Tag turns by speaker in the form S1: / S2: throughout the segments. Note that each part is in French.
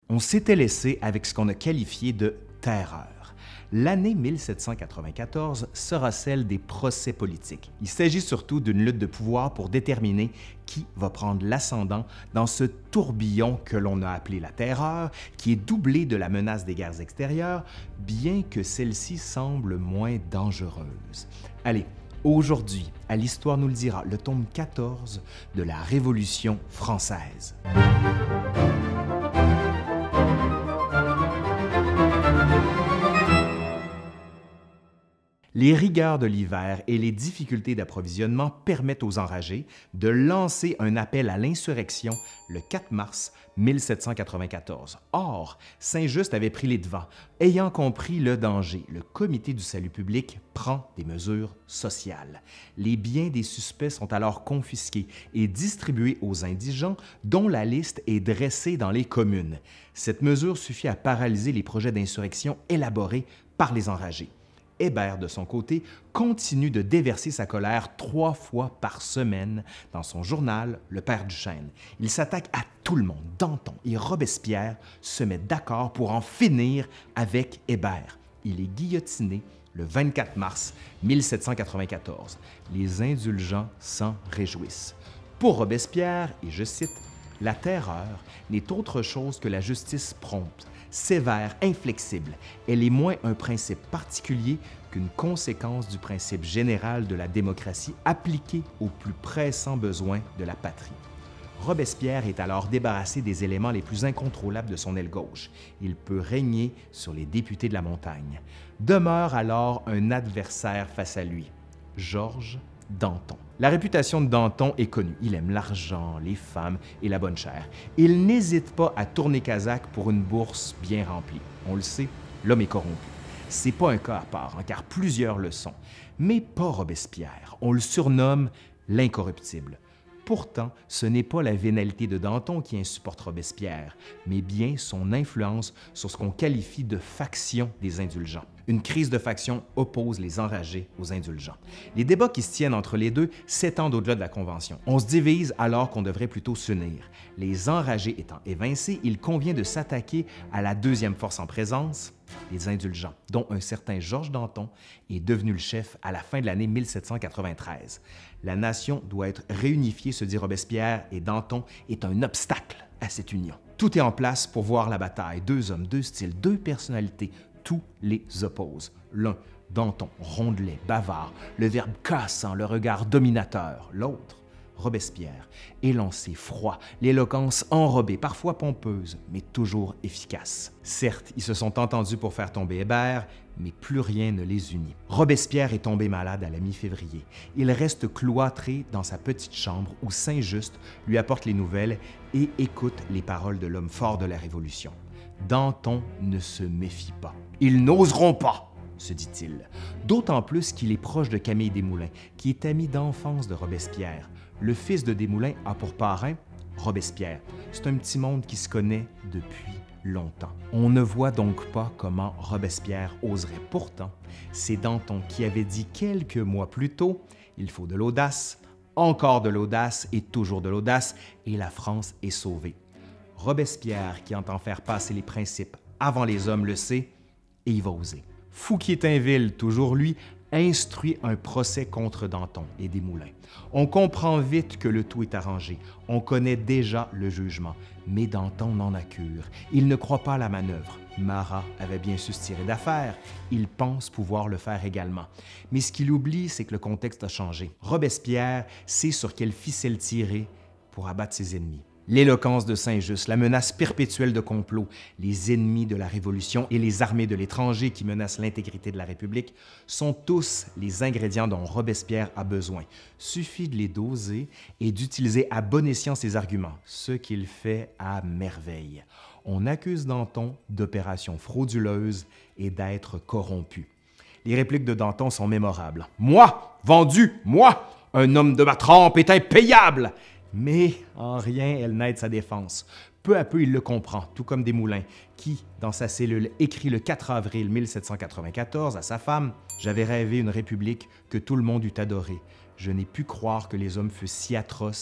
S1: On s'était laissé avec ce qu'on a qualifié de « terreur ». L'année 1794 sera celle des procès politiques. Il s'agit surtout d'une lutte de pouvoir pour déterminer qui va prendre l'ascendant dans ce tourbillon que l'on a appelé la terreur, qui est doublé de la menace des guerres extérieures, bien que celle-ci semble moins dangereuse. Allez, aujourd'hui, à l'Histoire nous le dira, le tome 14 de la Révolution française. Les rigueurs de l'hiver et les difficultés d'approvisionnement permettent aux enragés de lancer un appel à l'insurrection le 4 mars 1794. Or, Saint-Just avait pris les devants. Ayant compris le danger, le Comité du salut public prend des mesures sociales. Les biens des suspects sont alors confisqués et distribués aux indigents dont la liste est dressée dans les communes. Cette mesure suffit à paralyser les projets d'insurrection élaborés par les enragés. Hébert, de son côté, continue de déverser sa colère 3 fois par semaine dans son journal Le Père Duchesne. Il s'attaque à tout le monde. Danton et Robespierre se mettent d'accord pour en finir avec Hébert. Il est guillotiné le 24 mars 1794. Les indulgents s'en réjouissent. Pour Robespierre, et je cite, « La terreur n'est autre chose que la justice prompte, sévère, inflexible. Elle est moins un principe particulier qu'une conséquence du principe général de la démocratie appliqué aux plus pressants besoins de la patrie. » Robespierre est alors débarrassé des éléments les plus incontrôlables de son aile gauche. Il peut régner sur les députés de la montagne. Demeure alors un adversaire face à lui, Georges Danton. La réputation de Danton est connue. Il aime l'argent, les femmes et la bonne chère. Il n'hésite pas à tourner Casaque pour une bourse bien remplie. On le sait, l'homme est corrompu. C'est pas un cas à part, hein, car plusieurs le sont. Mais pas Robespierre. On le surnomme l'incorruptible. Pourtant, ce n'est pas la vénalité de Danton qui insupporte Robespierre, mais bien son influence sur ce qu'on qualifie de faction des indulgents. Une crise de faction oppose les enragés aux indulgents. Les débats qui se tiennent entre les deux s'étendent au-delà de la Convention. On se divise alors qu'on devrait plutôt s'unir. Les enragés étant évincés, il convient de s'attaquer à la deuxième force en présence, les indulgents, dont un certain Georges Danton est devenu le chef à la fin de l'année 1793. La nation doit être réunifiée, se dit Robespierre, et Danton est un obstacle à cette union. Tout est en place pour voir la bataille. 2 hommes, 2 styles, 2 personnalités, tout les oppose. L'un, Danton, rondelet, bavard, le verbe cassant, le regard dominateur. L'autre, Robespierre, élancé, froid, l'éloquence enrobée, parfois pompeuse, mais toujours efficace. Certes, ils se sont entendus pour faire tomber Hébert, mais plus rien ne les unit. Robespierre est tombé malade à la mi-février. Il reste cloîtré dans sa petite chambre où Saint-Just lui apporte les nouvelles et écoute les paroles de l'homme fort de la Révolution. Danton ne se méfie pas. « Ils n'oseront pas !» se dit-il. D'autant plus qu'il est proche de Camille Desmoulins, qui est ami d'enfance de Robespierre. Le fils de Desmoulins a pour parrain Robespierre. C'est un petit monde qui se connaît depuis longtemps. On ne voit donc pas comment Robespierre oserait. Pourtant, c'est Danton qui avait dit quelques mois plus tôt « Il faut de l'audace, encore de l'audace et toujours de l'audace, et la France est sauvée. » Robespierre, qui entend faire passer les principes avant les hommes, le sait, et il va oser. Fouquier-Tinville, toujours lui, instruit un procès contre Danton et Desmoulins. On comprend vite que le tout est arrangé. On connaît déjà le jugement. Mais Danton n'en a cure. Il ne croit pas à la manœuvre. Marat avait bien su se tirer d'affaire. Il pense pouvoir le faire également. Mais ce qu'il oublie, c'est que le contexte a changé. Robespierre sait sur quelle ficelle tirer pour abattre ses ennemis. L'éloquence de Saint-Just, la menace perpétuelle de complot, les ennemis de la Révolution et les armées de l'étranger qui menacent l'intégrité de la République sont tous les ingrédients dont Robespierre a besoin. Suffit de les doser et d'utiliser à bon escient ses arguments, ce qu'il fait à merveille. On accuse Danton d'opérations frauduleuses et d'être corrompu. Les répliques de Danton sont mémorables. « Moi, vendu, moi, un homme de ma trempe est impayable !» Mais en rien elle n'aide sa défense. Peu à peu, il le comprend, tout comme Desmoulins, qui, dans sa cellule, écrit le 4 avril 1794 à sa femme « J'avais rêvé une république que tout le monde eût adorée. Je n'ai pu croire que les hommes fussent si atroces et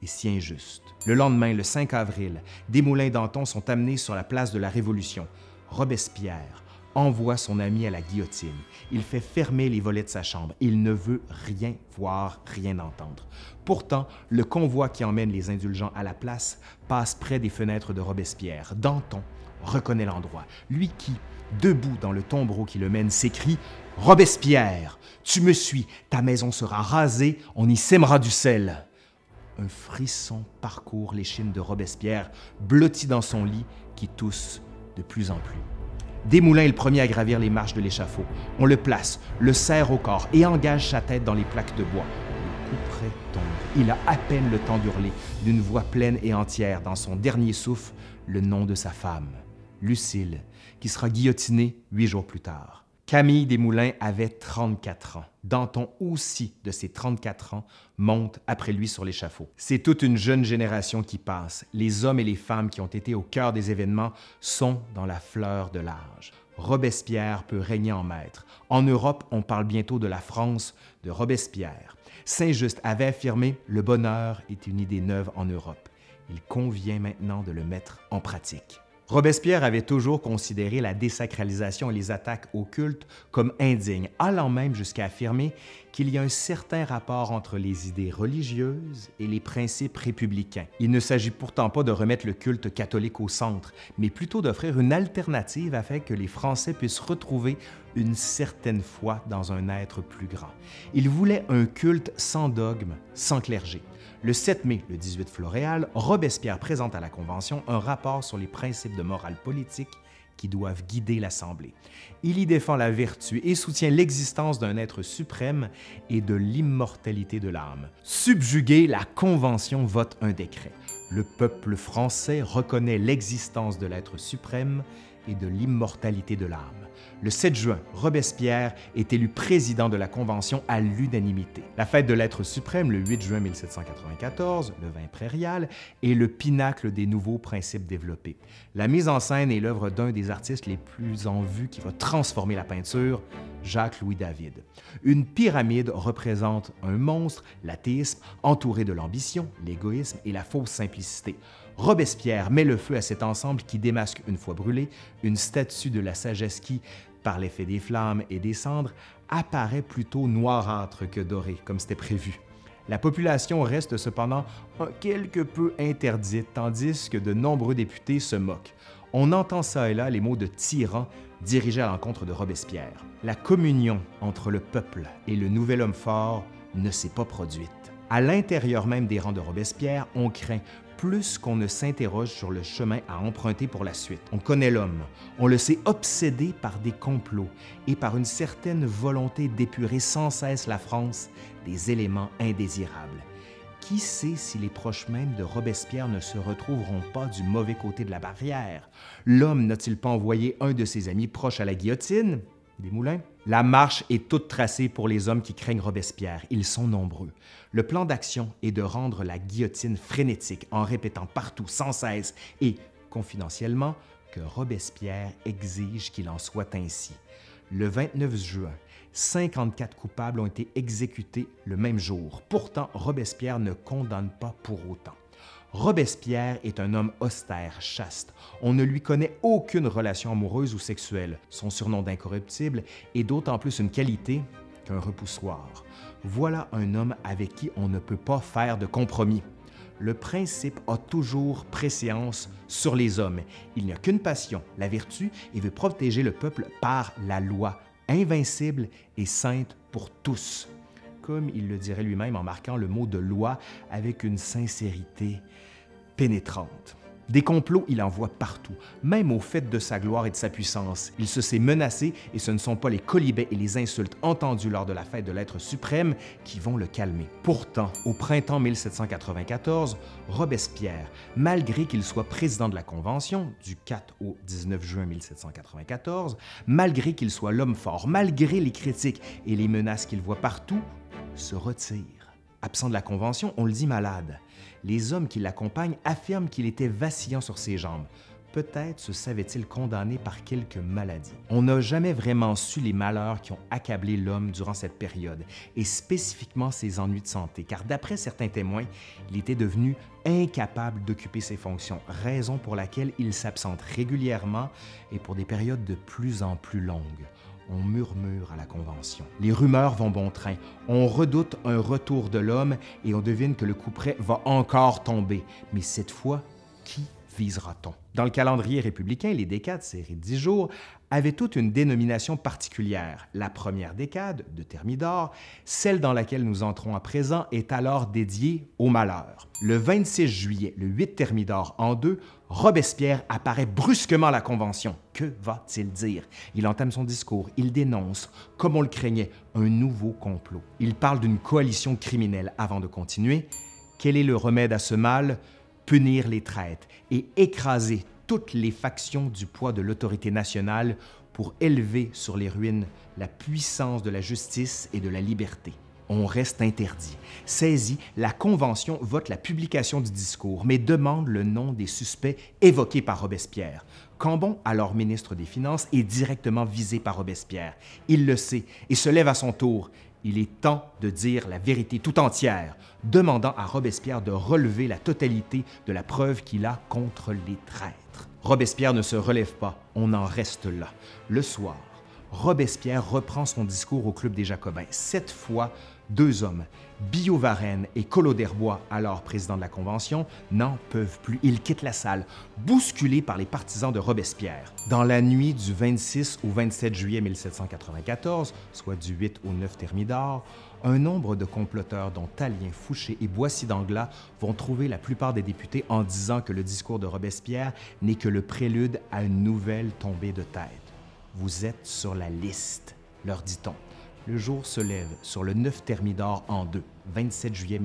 S1: et si injuste. Le lendemain, le 5 avril, Desmoulins-Danton sont amenés sur la place de la Révolution. Robespierre envoie son ami à la guillotine. Il fait fermer les volets de sa chambre. Il ne veut rien voir, rien entendre. Pourtant, le convoi qui emmène les indulgents à la place passe près des fenêtres de Robespierre. Danton reconnaît l'endroit. Lui qui, debout dans le tombereau qui le mène, s'écrie « Robespierre, tu me suis, ta maison sera rasée, on y sèmera du sel. » Un frisson parcourt l'échine de Robespierre, blotti dans son lit, qui tousse de plus en plus. Desmoulins est le premier à gravir les marches de l'échafaud. On le place, le serre au corps et engage sa tête dans les plaques de bois. Le couperet tombe. Il a à peine le temps d'hurler, d'une voix pleine et entière, dans son dernier souffle, le nom de sa femme, Lucile, qui sera guillotinée 8 jours plus tard. Camille Desmoulins avait 34 ans. Danton aussi, de ses 34 ans, monte après lui sur l'échafaud. C'est toute une jeune génération qui passe. Les hommes et les femmes qui ont été au cœur des événements sont dans la fleur de l'âge. Robespierre peut régner en maître. En Europe, on parle bientôt de la France de Robespierre. Saint-Just avait affirmé « Le bonheur est une idée neuve en Europe. Il convient maintenant de le mettre en pratique. » Robespierre avait toujours considéré la désacralisation et les attaques au culte comme indignes, allant même jusqu'à affirmer qu'il y a un certain rapport entre les idées religieuses et les principes républicains. Il ne s'agit pourtant pas de remettre le culte catholique au centre, mais plutôt d'offrir une alternative afin que les Français puissent retrouver une certaine foi dans un être plus grand. Il voulait un culte sans dogme, sans clergé. Le 7 mai, le 18 Floréal, Robespierre présente à la Convention un rapport sur les principes de morale politique qui doivent guider l'Assemblée. Il y défend la vertu et soutient l'existence d'un être suprême et de l'immortalité de l'âme. Subjugué, la Convention vote un décret. Le peuple français reconnaît l'existence de l'être suprême et de l'immortalité de l'âme. Le 7 juin, Robespierre est élu président de la Convention à l'unanimité. La fête de l'être suprême, le 8 juin 1794, le vin prairial, est le pinacle des nouveaux principes développés. La mise en scène est l'œuvre d'un des artistes les plus en vue qui va transformer la peinture, Jacques-Louis David. Une pyramide représente un monstre, l'athéisme, entouré de l'ambition, l'égoïsme et la fausse simplicité. Robespierre met le feu à cet ensemble qui démasque, une fois brûlé, une statue de la sagesse qui, par l'effet des flammes et des cendres, apparaît plutôt noirâtre que dorée, comme c'était prévu. La population reste cependant quelque peu interdite, tandis que de nombreux députés se moquent. On entend ça et là les mots de tyran dirigés à l'encontre de Robespierre. La communion entre le peuple et le nouvel homme fort ne s'est pas produite. À l'intérieur même des rangs de Robespierre, on craint plus qu'on ne s'interroge sur le chemin à emprunter pour la suite. On connaît l'homme, on le sait obsédé par des complots et par une certaine volonté d'épurer sans cesse la France des éléments indésirables. Qui sait si les proches même de Robespierre ne se retrouveront pas du mauvais côté de la barrière? L'homme n'a-t-il pas envoyé un de ses amis proches à la guillotine? Desmoulins? La marche est toute tracée pour les hommes qui craignent Robespierre. Ils sont nombreux. Le plan d'action est de rendre la guillotine frénétique en répétant partout, sans cesse et confidentiellement, que Robespierre exige qu'il en soit ainsi. Le 29 juin, 54 coupables ont été exécutés le même jour. Pourtant, Robespierre ne condamne pas pour autant. Robespierre est un homme austère, chaste. On ne lui connaît aucune relation amoureuse ou sexuelle. Son surnom d'incorruptible est d'autant plus une qualité qu'un repoussoir. Voilà un homme avec qui on ne peut pas faire de compromis. Le principe a toujours préséance sur les hommes. Il n'y a qu'une passion, la vertu, et veut protéger le peuple par la loi, invincible et sainte pour tous. Comme il le dirait lui-même en marquant le mot de loi avec une sincérité pénétrante. Des complots, il en voit partout, même au fait de sa gloire et de sa puissance. Il se sait menacé et ce ne sont pas les quolibets et les insultes entendus lors de la fête de l'être suprême qui vont le calmer. Pourtant, au printemps 1794, Robespierre, malgré qu'il soit président de la Convention du 4 au 19 juin 1794, malgré qu'il soit l'homme fort, malgré les critiques et les menaces qu'il voit partout, se retire. Absent de la Convention, on le dit malade. Les hommes qui l'accompagnent affirment qu'il était vacillant sur ses jambes. peut-être se savait-il condamné par quelques maladies. On n'a jamais vraiment su les malheurs qui ont accablé l'homme durant cette période, et spécifiquement ses ennuis de santé, car d'après certains témoins, il était devenu incapable d'occuper ses fonctions, raison pour laquelle il s'absente régulièrement et pour des périodes de plus en plus longues. On murmure à la Convention. Les rumeurs vont bon train. On redoute un retour de l'homme et on devine que le couperet va encore tomber. Mais cette fois, qui visera-t-on? Dans le calendrier républicain, les décades, série de 10 jours, avaient toute une dénomination particulière. La première décade, de Thermidor, celle dans laquelle nous entrons à présent, est alors dédiée au malheur. Le 26 juillet, le 8 Thermidor en 2, Robespierre apparaît brusquement à la Convention. Que va-t-il dire? Il entame son discours, il dénonce, comme on le craignait, un nouveau complot. Il parle d'une coalition criminelle avant de continuer. Quel est le remède à ce mal? Punir les traîtres et écraser toutes les factions du poids de l'autorité nationale pour élever sur les ruines la puissance de la justice et de la liberté. On reste interdit. Saisie, la Convention vote la publication du discours, mais demande le nom des suspects évoqués par Robespierre. Cambon, alors ministre des Finances, est directement visé par Robespierre. Il le sait et se lève à son tour. Il est temps de dire la vérité tout entière, demandant à Robespierre de relever la totalité de la preuve qu'il a contre les traîtres. Robespierre ne se relève pas, on en reste là. Le soir, Robespierre reprend son discours au Club des Jacobins. Cette fois, 2 hommes, Billaud Varenne et Collot d'Herbois, alors président de la Convention, n'en peuvent plus. Ils quittent la salle, bousculés par les partisans de Robespierre. Dans la nuit du 26 au 27 juillet 1794, soit du 8 au 9 Thermidor, un nombre de comploteurs, dont Tallien, Fouché et Boissy d'Anglas, vont trouver la plupart des députés en disant que le discours de Robespierre n'est que le prélude à une nouvelle tombée de tête. « Vous êtes sur la liste », leur dit-on. Le jour se lève sur le 9 Thermidor en 2, 27 juillet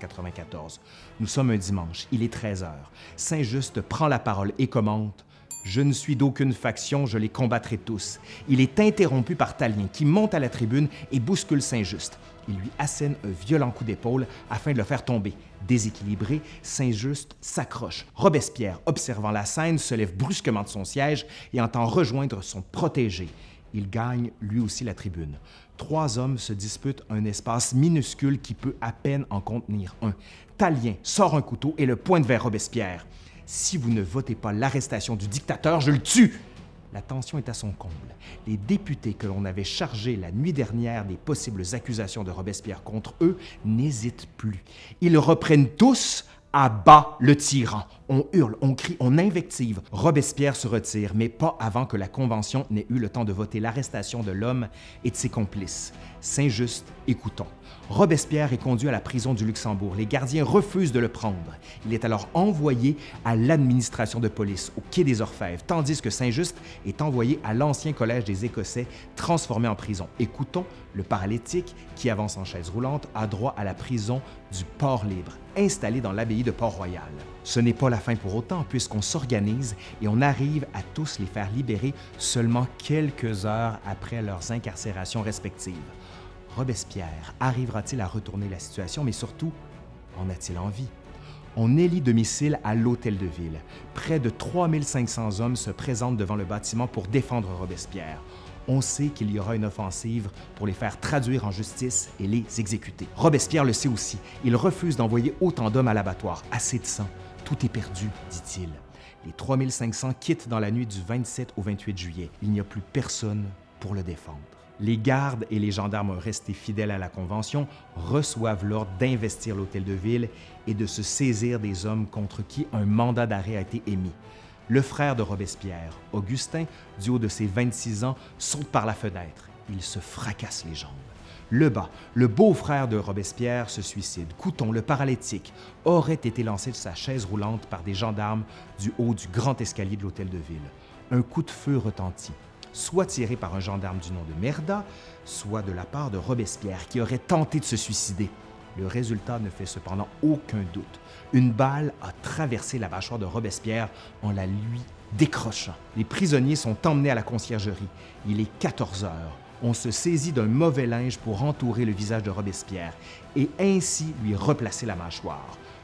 S1: 1794. Nous sommes un dimanche, il est 13 heures. Saint-Just prend la parole et commente « Je ne suis d'aucune faction, je les combattrai tous. » Il est interrompu par Tallien qui monte à la tribune et bouscule Saint-Just. Il lui assène un violent coup d'épaule afin de le faire tomber. Déséquilibré, Saint-Just s'accroche. Robespierre, observant la scène, se lève brusquement de son siège et entend rejoindre son protégé. Il gagne lui aussi la tribune. 3 hommes se disputent un espace minuscule qui peut à peine en contenir un. Tallien sort un couteau et le pointe vers Robespierre. « Si vous ne votez pas l'arrestation du dictateur, je le tue !» La tension est à son comble. Les députés que l'on avait chargés la nuit dernière des possibles accusations de Robespierre contre eux n'hésitent plus. Ils reprennent tous à bas le tyran. On hurle, on crie, on invective. Robespierre se retire, mais pas avant que la Convention n'ait eu le temps de voter l'arrestation de l'homme et de ses complices. Saint-Just, écoutons. Robespierre est conduit à la prison du Luxembourg. Les gardiens refusent de le prendre. Il est alors envoyé à l'administration de police, au quai des Orfèvres, tandis que Saint-Just est envoyé à l'ancien collège des Écossais, transformé en prison. Écoutons, le paralytique, qui avance en chaise roulante, a droit à la prison du Port-Libre, installée dans l'abbaye de Port-Royal. Ce n'est pas la fin pour autant, puisqu'on s'organise et on arrive à tous les faire libérer seulement quelques heures après leurs incarcérations respectives. Robespierre arrivera-t-il à retourner la situation, mais surtout, en a-t-il envie? On élit domicile à l'Hôtel de Ville. Près de 3500 hommes se présentent devant le bâtiment pour défendre Robespierre. On sait qu'il y aura une offensive pour les faire traduire en justice et les exécuter. Robespierre le sait aussi. Il refuse d'envoyer autant d'hommes à l'abattoir. Assez de sang. Tout est perdu, dit-il. Les 3500 quittent dans la nuit du 27 au 28 juillet. Il n'y a plus personne pour le défendre. Les gardes et les gendarmes restés fidèles à la Convention reçoivent l'ordre d'investir l'Hôtel de Ville et de se saisir des hommes contre qui un mandat d'arrêt a été émis. Le frère de Robespierre, Augustin, du haut de ses 26 ans, saute par la fenêtre. Il se fracasse les jambes. Lebas, le beau-frère de Robespierre, se suicide. Couthon, le paralytique, aurait été lancé de sa chaise roulante par des gendarmes du haut du grand escalier de l'Hôtel de Ville. Un coup de feu retentit, soit tiré par un gendarme du nom de Merda, soit de la part de Robespierre, qui aurait tenté de se suicider. Le résultat ne fait cependant aucun doute. Une balle a traversé la mâchoire de Robespierre en la lui décrochant. Les prisonniers sont emmenés à la conciergerie. Il est 14 heures. On se saisit d'un mauvais linge pour entourer le visage de Robespierre et ainsi lui replacer la mâchoire.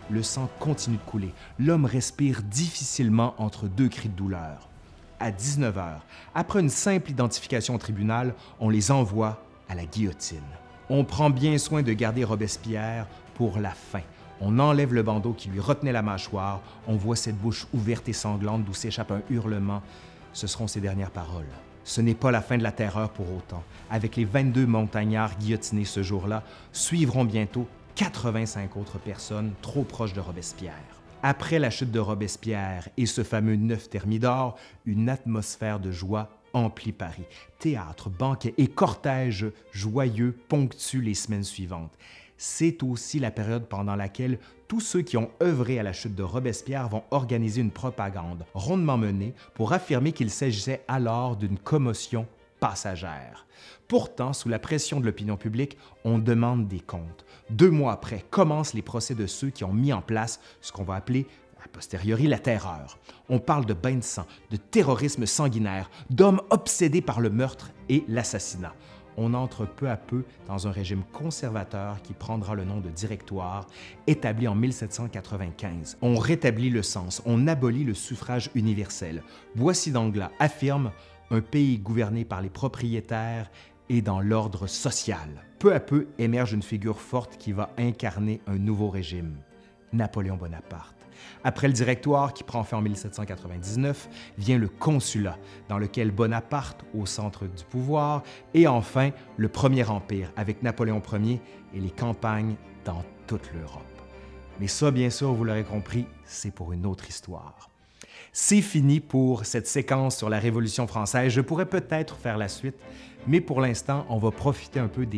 S1: le sang continue de couler. L'homme respire difficilement entre deux cris de douleur. À 19 h, après une simple identification au tribunal, on les envoie à la guillotine. On prend bien soin de garder Robespierre pour la fin. On enlève le bandeau qui lui retenait la mâchoire, on voit cette bouche ouverte et sanglante d'où s'échappe un hurlement. Ce seront ses dernières paroles. Ce n'est pas la fin de la terreur pour autant. Avec les 22 montagnards guillotinés ce jour-là, suivront bientôt 85 autres personnes trop proches de Robespierre. Après la chute de Robespierre et ce fameux 9 Thermidor, une atmosphère de joie emplit Paris. Théâtres, banquets et cortèges joyeux ponctuent les semaines suivantes. C'est aussi la période pendant laquelle tous ceux qui ont œuvré à la chute de Robespierre vont organiser une propagande rondement menée pour affirmer qu'il s'agissait alors d'une commotion passagère. Pourtant, sous la pression de l'opinion publique, on demande des comptes. 2 mois après, commencent les procès de ceux qui ont mis en place ce qu'on va appeler a posteriori la terreur. On parle de bains de sang, de terrorisme sanguinaire, d'hommes obsédés par le meurtre et l'assassinat. On entre peu à peu dans un régime conservateur qui prendra le nom de Directoire, établi en 1795. On rétablit le cens, on abolit le suffrage universel. Boissy d'Anglas affirme un pays gouverné par les propriétaires et dans l'ordre social. Peu à peu émerge une figure forte qui va incarner un nouveau régime, Napoléon Bonaparte. Après le Directoire, qui prend fin en 1799, vient le Consulat, dans lequel Bonaparte au centre du pouvoir, et enfin le Premier Empire, avec Napoléon Ier et les campagnes dans toute l'Europe. Mais ça, bien sûr, vous l'aurez compris, c'est pour une autre histoire. C'est fini pour cette séquence sur la Révolution française. Je pourrais peut-être faire la suite, mais pour l'instant, on va profiter un peu des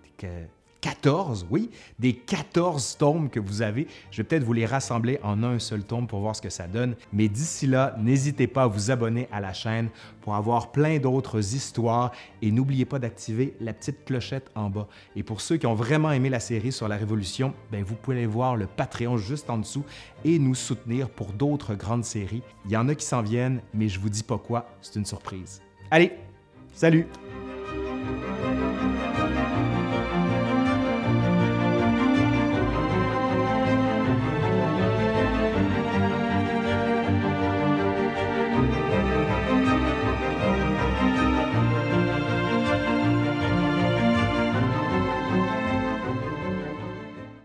S1: 14 tomes que vous avez. Je vais peut-être vous les rassembler en un seul tome pour voir ce que ça donne. Mais d'ici là, n'hésitez pas à vous abonner à la chaîne pour avoir plein d'autres histoires et n'oubliez pas d'activer la petite clochette en bas. Et pour ceux qui ont vraiment aimé la série sur la Révolution, vous pouvez aller voir le Patreon juste en dessous et nous soutenir pour d'autres grandes séries. Il y en a qui s'en viennent, mais je vous dis pas quoi, c'est une surprise. Allez, salut!